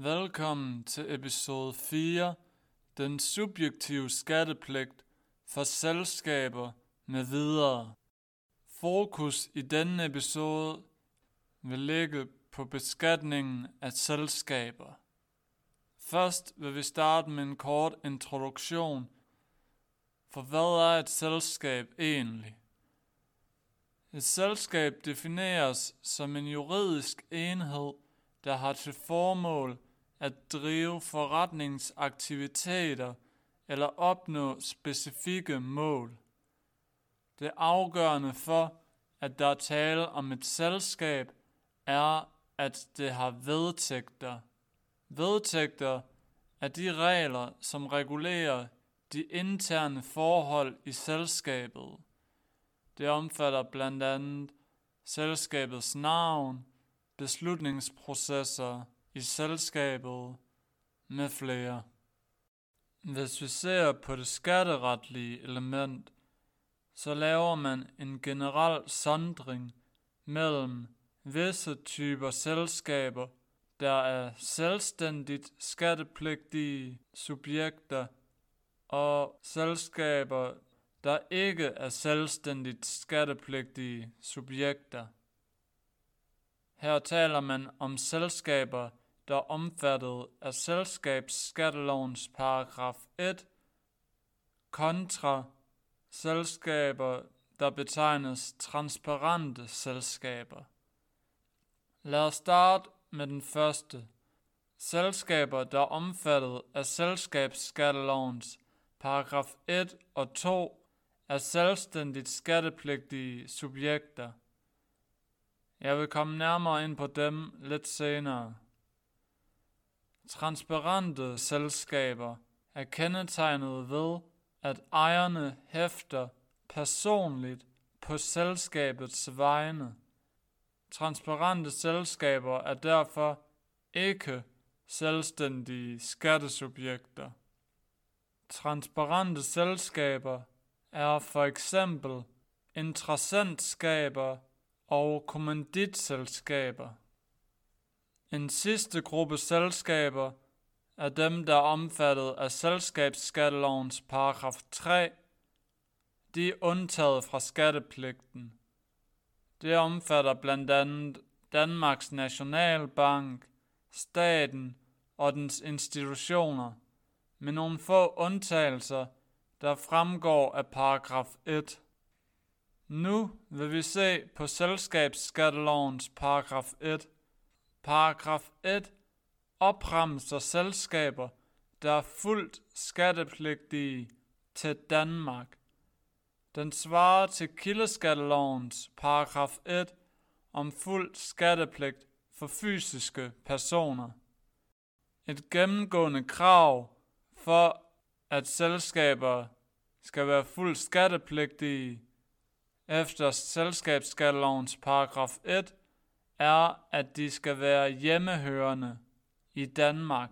Velkommen til episode 4, den subjektive skattepligt for selskaber med videre. Fokus i denne episode vil ligge på beskatningen af selskaber. Først vil vi starte med en kort introduktion, for hvad er et selskab egentlig? Et selskab defineres som en juridisk enhed, der har til formål at drive forretningsaktiviteter eller opnå specifikke mål. Det afgørende for, at der er tale om et selskab, er, at det har vedtægter. Vedtægter er de regler, som regulerer de interne forhold i selskabet. Det omfatter blandt andet selskabets navn, beslutningsprocesser i selskabet med flere. Hvis vi ser på det skatteretlige element, så laver man en generel sondring mellem visse typer selskaber, der er selvstændigt skattepligtige subjekter, og selskaber, der ikke er selvstændigt skattepligtige subjekter. Her taler man om selskaber, der er omfattet af selskabsskattelovens paragraf 1, kontra selskaber, der betegnes transparente selskaber. Lad os starte med den første. Selskaber, der er omfattet af selskabsskattelovens paragraf 1 og 2, er selvstændigt skattepligtige subjekter. Jeg vil komme nærmere ind på dem lidt senere. Transparente selskaber er kendetegnet ved, at ejerne hæfter personligt på selskabets vegne. Transparente selskaber er derfor ikke selvstændige skattesubjekter. Transparente selskaber er for eksempel interessentskaber og kommanditselskaber. En sidste gruppe selskaber er dem, der er omfattet af selskabsskattelovens paragraf 3. De er undtaget fra skattepligten. Det omfatter blandt andet Danmarks Nationalbank, staten og dens institutioner, med nogle få undtagelser, der fremgår af paragraf 1. Nu vil vi se på selskabsskattelovens paragraf 1. Paragraf 1 opremser selskaber, der er fuldt skattepligtige til Danmark. Den svarer til kildeskattelovens paragraf 1 om fuld skattepligt for fysiske personer. Et gennemgående krav for, at selskaber skal være fuldt skattepligtige efter selskabsskattelovens paragraf 1, er, at de skal være hjemmehørende i Danmark.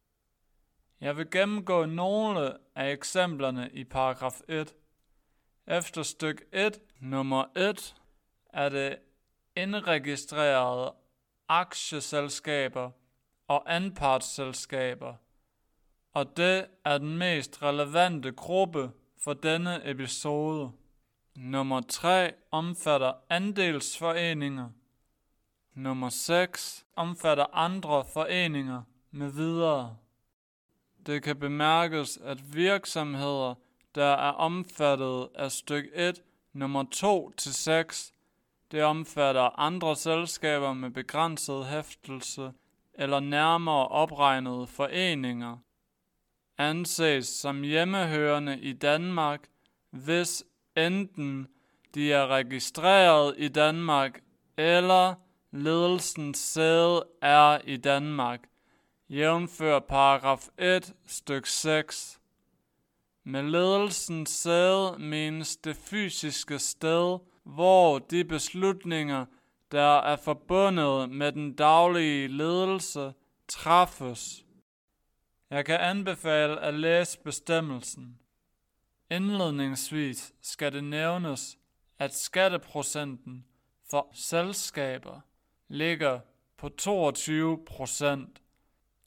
Jeg vil gennemgå nogle af eksemplerne i paragraf 1. Efter stykke 1, nummer 1, er det indregistrerede aktieselskaber og anpartsselskaber, og det er den mest relevante gruppe for denne episode. Nummer 3 omfatter andelsforeninger. Nummer 6 omfatter andre foreninger med videre. Det kan bemærkes, at virksomheder, der er omfattet af stykke 1, nummer 2-6, det omfatter andre selskaber med begrænset hæftelse eller nærmere opregnede foreninger, anses som hjemmehørende i Danmark, hvis enten de er registreret i Danmark, eller ledelsens sæde er i Danmark, jævnfør paragraf 1, stykke 6. Med ledelsens sæde menes det fysiske sted, hvor de beslutninger, der er forbundet med den daglige ledelse, træffes. Jeg kan anbefale at læse bestemmelsen. Indledningsvis skal det nævnes, at skatteprocenten for selskaber ligger på 22%,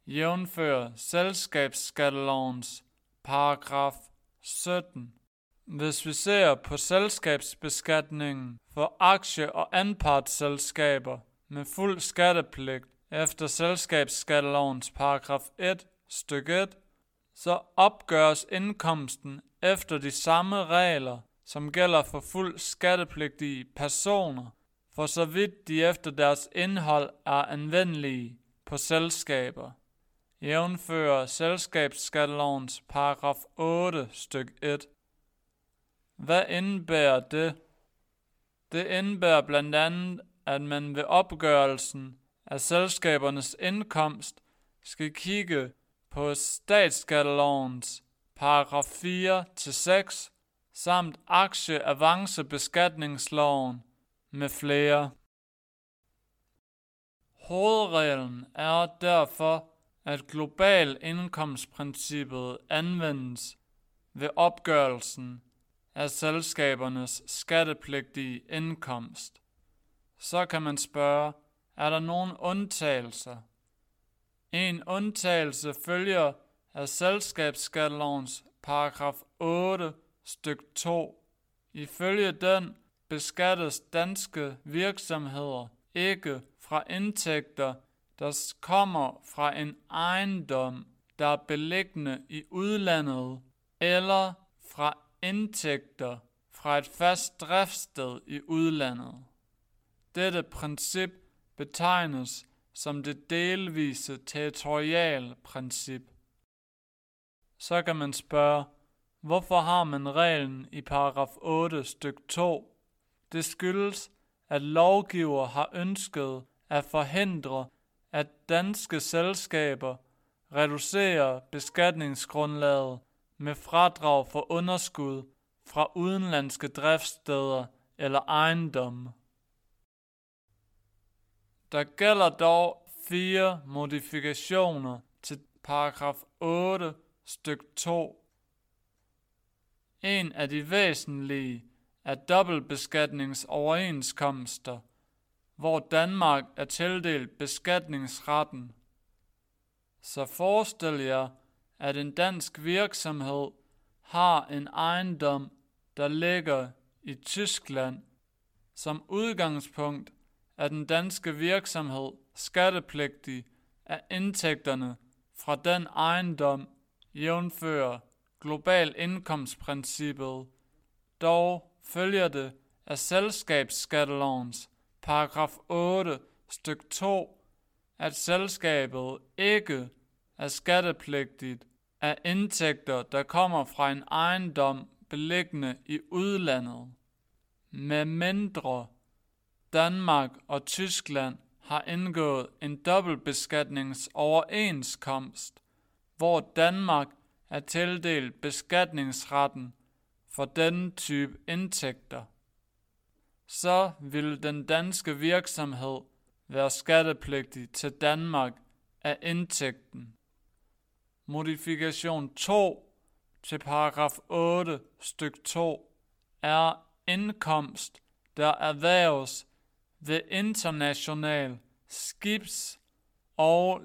jævnfør selskabsskattelovens paragraf 17. Hvis vi ser på selskabsbeskatningen for aktie- og anpartsselskaber med fuld skattepligt efter selskabsskattelovens paragraf 1, stykke 1, så opgøres indkomsten efter de samme regler, som gælder for fuld skattepligtige personer, for så vidt de efter deres indhold er anvendelige på selskaber. Jævnfører selskabsskattelovens paragraf 8, stykke 1. Hvad indebærer det? Det indebærer blandt andet, at man ved opgørelsen af selskabernes indkomst skal kigge på statsskattelovens paragraf 4-6 samt aktieavancebeskatningsloven med flere. Hovedreglen er derfor, at global indkomstprincippet anvendes ved opgørelsen af selskabernes skattepligtige indkomst. Så kan man spørge, er der nogen undtagelser? En undtagelse følger af selskabsskattelovens paragraf 8, stykke 2. Ifølge den beskattes danske virksomheder ikke fra indtægter, der kommer fra en ejendom, der er beliggende i udlandet, eller fra indtægter fra et fast driftssted i udlandet. Dette princip betegnes som det delvise territorialprincip. Så kan man spørge, hvorfor har man reglen i paragraf 8 stykke 2? Det skyldes, at lovgiver har ønsket at forhindre, at danske selskaber reducerer beskatningsgrundlaget med fradrag for underskud fra udenlandske driftssteder eller ejendomme. Der gælder dog 4 modifikationer til paragraf 8 stykke 2. En af de væsentlige er dobbeltbeskatningsoverenskomster, hvor Danmark er tildelt beskatningsretten. Så forestil jer, at en dansk virksomhed har en ejendom, der ligger i Tyskland. Som udgangspunkt er den danske virksomhed skattepligtig af indtægterne fra den ejendom, jævnfører global indkomstprincippet. Dog følger det af selskabsskattelovens paragraf 8 stykke 2, at selskabet ikke er skattepligtigt af indtægter, der kommer fra en ejendom beliggende i udlandet, med mindre Danmark og Tyskland har indgået en dobbeltbeskatningsoverenskomst, hvor Danmark er tildelt beskatningsretten for denne type indtægter. Så vil den danske virksomhed være skattepligtig til Danmark af indtægten. Modifikation 2 til paragraf 8 stykke 2 er indkomst, der erhverves ved international skibs- og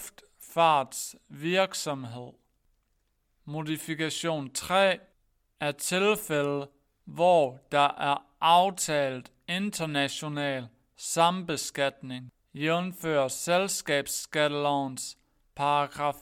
luftfartsvirksomhed. Modifikation 3 er tilfælde, hvor der er aftalt international sambeskatning, jævnfør selskabsskattelovens paragraf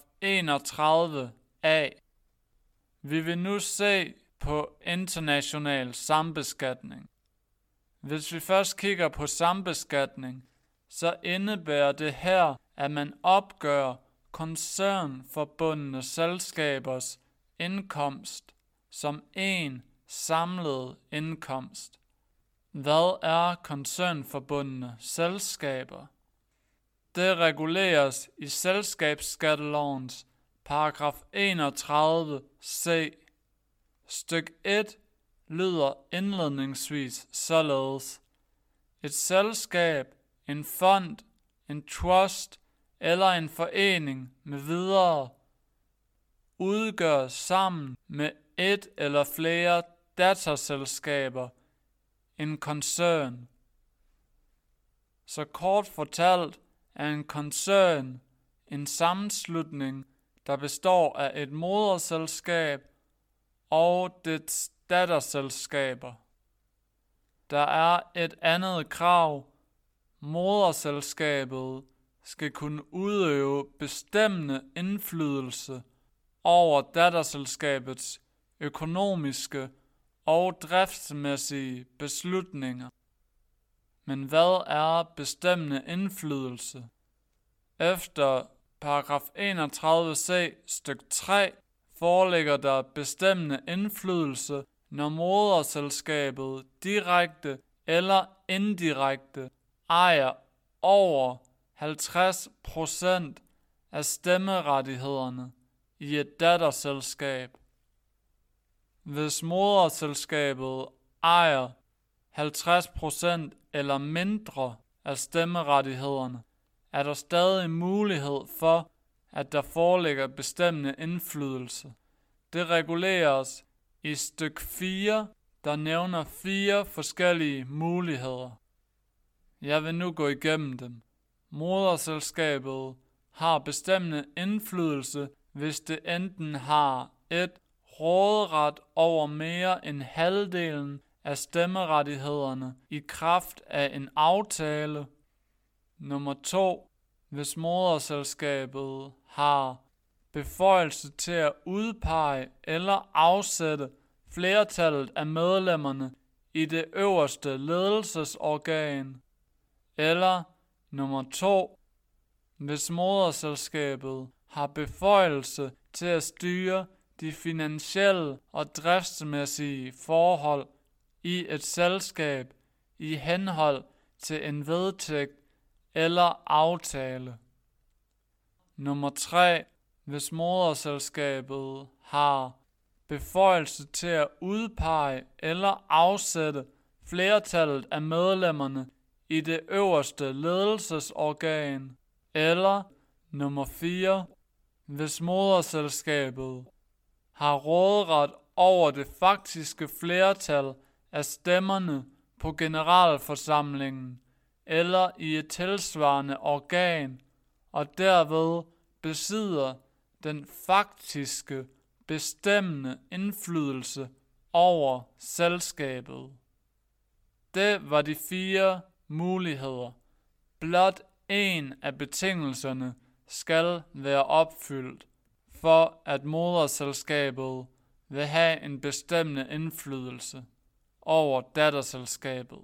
31a. Vi vil nu se på international sambeskatning. Hvis vi først kigger på sambeskatning, så indebærer det her, at man opgør koncernforbundne selskabers indkomst som en samlet indkomst. Hvad er koncernforbundne selskaber? Det reguleres i selskabsskattelovens paragraf 31c. Styk 1 lyder indledningsvis således: et selskab, en fond, en trust eller en forening med videre udgør sammen med et eller flere datterselskaber en koncern. Så kort fortalt er en koncern en sammenslutning, der består af et moderselskab og dets datterselskaber. Der er et andet krav. Moderselskabet skal kunne udøve bestemmende indflydelse over datterselskabets økonomiske og driftsmæssige beslutninger. Men hvad er bestemmende indflydelse? Efter paragraf 31c stk. 3 foreligger der bestemmende indflydelse, når moderselskabet direkte eller indirekte ejer over 50% af stemmerettighederne i et datterselskab. Hvis moderselskabet ejer 50% eller mindre af stemmerettighederne, er der stadig mulighed for, at der foreligger bestemmende indflydelse. Det reguleres i stykke 4, der nævner 4 forskellige muligheder. Jeg vil nu gå igennem dem. Moderselskabet har bestemmende indflydelse, hvis det enten har 1. Råderet over mere end halvdelen af stemmerettighederne i kraft af en aftale. 2. Hvis moderselskabet har beføjelse til at udpege eller afsætte flertallet af medlemmerne i det øverste ledelsesorgan. Eller 2. Hvis moderselskabet har beføjelse til at styre de finansielle og driftsmæssige forhold i et selskab i henhold til en vedtægt eller aftale. 3. Hvis moderselskabet har beføjelse til at udpege eller afsætte flertallet af medlemmerne i det øverste ledelsesorgan. Eller 4. Hvis moderselskabet har råderet over det faktiske flertal af stemmerne på generalforsamlingen eller i et tilsvarende organ, og derved besidder den faktiske bestemmende indflydelse over selskabet. Det var de 4 muligheder. Blot en af betingelserne skal være opfyldt, for at moderselskabet vil have en bestemmende indflydelse over datterselskabet.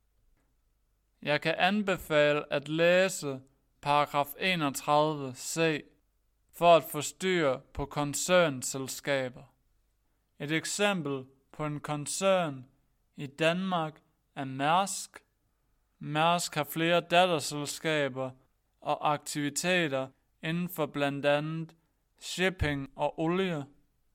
Jeg kan anbefale at læse paragraf 31c for at få styr på koncernselskaber. Et eksempel på en koncern i Danmark er Mærsk. Mærsk har flere datterselskaber og aktiviteter inden for blandt andet shipping og olie.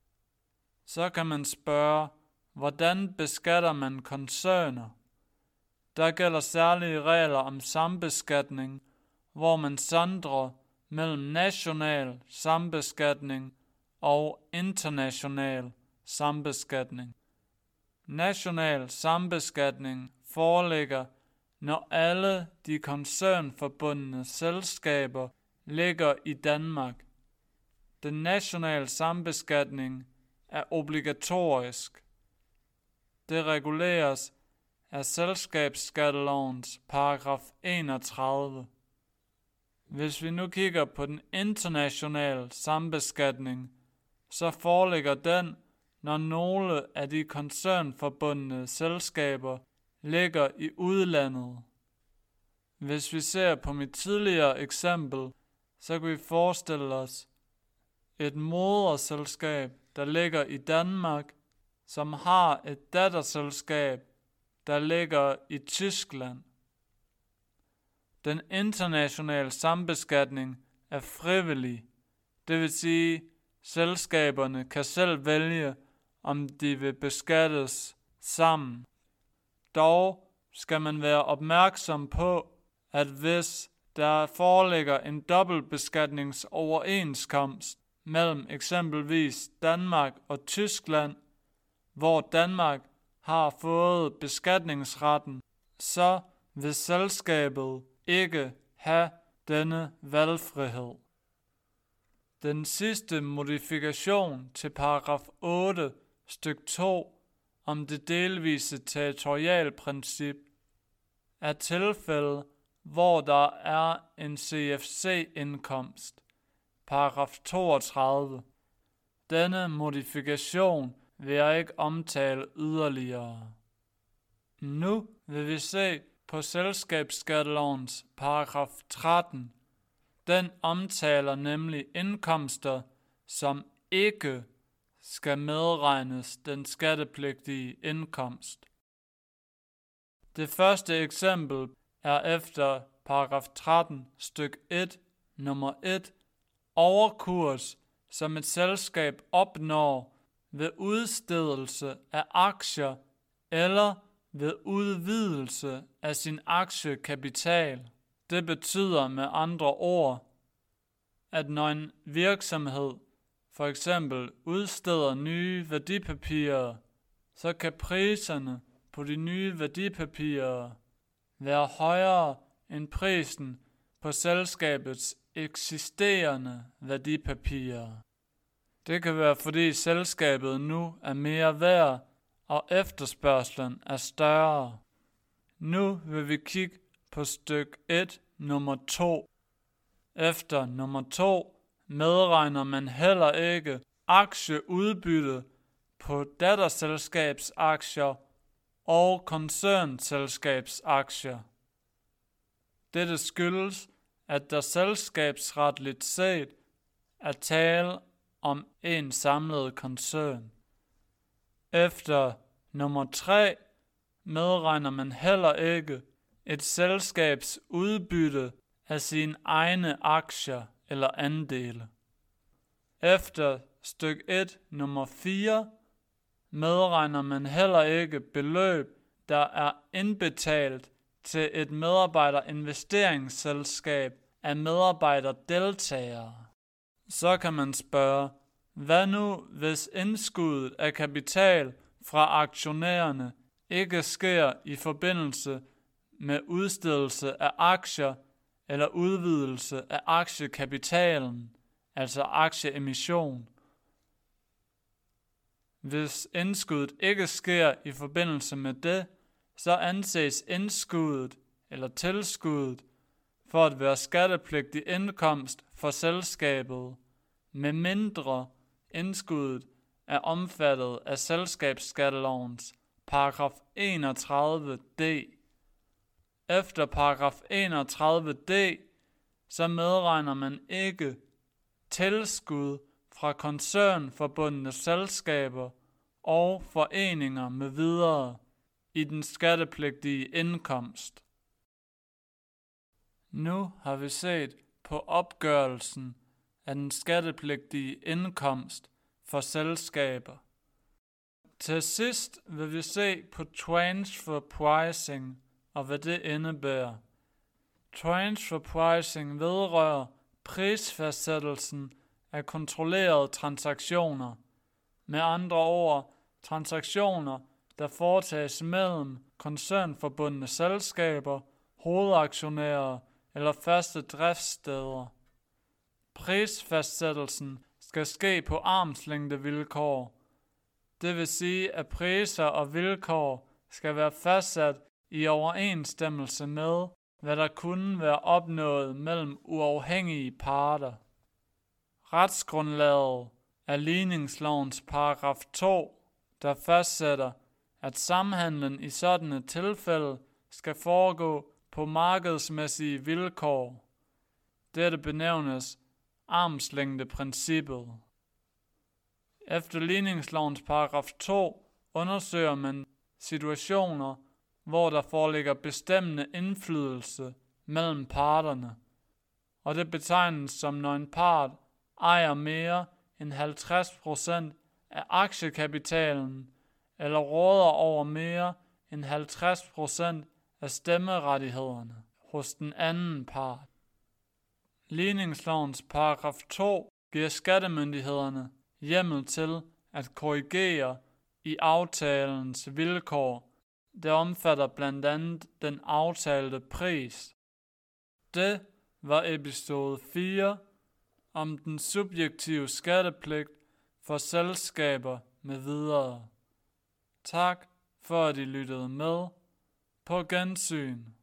Så kan man spørge, hvordan beskatter man koncerner? Der gælder særlige regler om sambeskatning, hvor man sondrer mellem national sambeskatning og international sambeskatning. National sambeskatning foreligger, når alle de koncernforbundne selskaber ligger i Danmark. Den nationale sambeskatning er obligatorisk. Det reguleres af selskabsskattelovens paragraf 31. Hvis vi nu kigger på den internationale sambeskatning, så foreligger den, når nogle af de koncernforbundne selskaber ligger i udlandet. Hvis vi ser på mit tidligere eksempel, så kan vi forestille os et moderselskab, der ligger i Danmark, som har et datterselskab, der ligger i Tyskland. Den internationale sambeskatning er frivillig. Det vil sige, selskaberne kan selv vælge, om de vil beskattes sammen. Dog skal man være opmærksom på, at hvis der foreligger en dobbeltbeskatningsoverenskomst mellem eksempelvis Danmark og Tyskland, hvor Danmark har fået beskatningsretten, så vil selskabet ikke have denne valgfrihed. Den sidste modifikation til paragraf 8, styk 2 om det delvise territorialprincip er tilfælde, hvor der er en CFC-indkomst. Paragraf 32. Denne modifikation vil jeg ikke omtale yderligere. Nu vil vi se på selskabsskattelovens paragraf 13. Den omtaler nemlig indkomster, som ikke skal medregnes den skattepligtige indkomst. Det første eksempel er efter paragraf 13 styk 1, nummer 1, overkurs, som et selskab opnår ved udstedelse af aktier eller ved udvidelse af sin aktiekapital. Det betyder med andre ord, at når en virksomhed for eksempel udsteder nye værdipapirer, så kan priserne på de nye værdipapirer være højere end prisen på selskabets eksisterende værdipapirer. Det kan være, fordi selskabet nu er mere værd, og efterspørgslen er større. Nu vil vi kigge på styk 1, nummer 2. Efter nummer 2 medregner man heller ikke aktieudbytte på datterselskabsaktier og koncernselskabsaktier. Dette skyldes, at der selskabsretligt set er tale om en samlet koncern. Efter nummer 3 medregner man heller ikke et selskabs udbytte af sine egne aktier eller andele. Efter styk 1, nummer 4, medregner man heller ikke beløb, der er indbetalt til et medarbejderinvesteringsselskab af medarbejderdeltagere. Så kan man spørge, hvad nu hvis indskuddet af kapital fra aktionærerne ikke sker i forbindelse med udstedelse af aktier eller udvidelse af aktiekapitalen, altså aktieemission. Hvis indskuddet ikke sker i forbindelse med det, så anses indskuddet eller tilskuddet for at være skattepligtig indkomst for selskabet, med mindre indskuddet er omfattet af selskabsskattelovens paragraf 31d. Efter paragraf 31d, så medregner man ikke tilskud fra koncernforbundne selskaber og foreninger med videre i den skattepligtige indkomst. Nu har vi set på opgørelsen af den skattepligtige indkomst for selskaber. Til sidst vil vi se på transfer pricing og hvad det indebærer. Transfer pricing vedrører prisfastsættelsen af kontrollerede transaktioner. Med andre ord, transaktioner, der foretages mellem koncernforbundne selskaber, hovedaktionærer eller faste driftssteder. Prisfastsættelsen skal ske på armslængdevilkår. Det vil sige, at priser og vilkår skal være fastsat i overensstemmelse med, hvad der kunne være opnået mellem uafhængige parter. Retsgrundlaget er ligningslovens paragraf 2, der fastsætter, at samhandlen i sådanne tilfælde skal foregå på markedsmæssige vilkår. Dette benævnes armslængdeprincippet. Efter ligningslovens paragraf 2 undersøger man situationer, hvor der foreligger bestemmende indflydelse mellem parterne, og det betegnes som, når en part ejer mere end 50% af aktiekapitalen eller råder over mere end 50% af stemmerettighederne hos den anden part. Ligningslovens paragraf 2 giver skattemyndighederne hjemmel til at korrigere i aftalens vilkår. Det omfatter blandt andet den aftalte pris. Det var episode 4. om den subjektive skattepligt for selskaber med videre. Tak for at I lyttede med. På gensyn.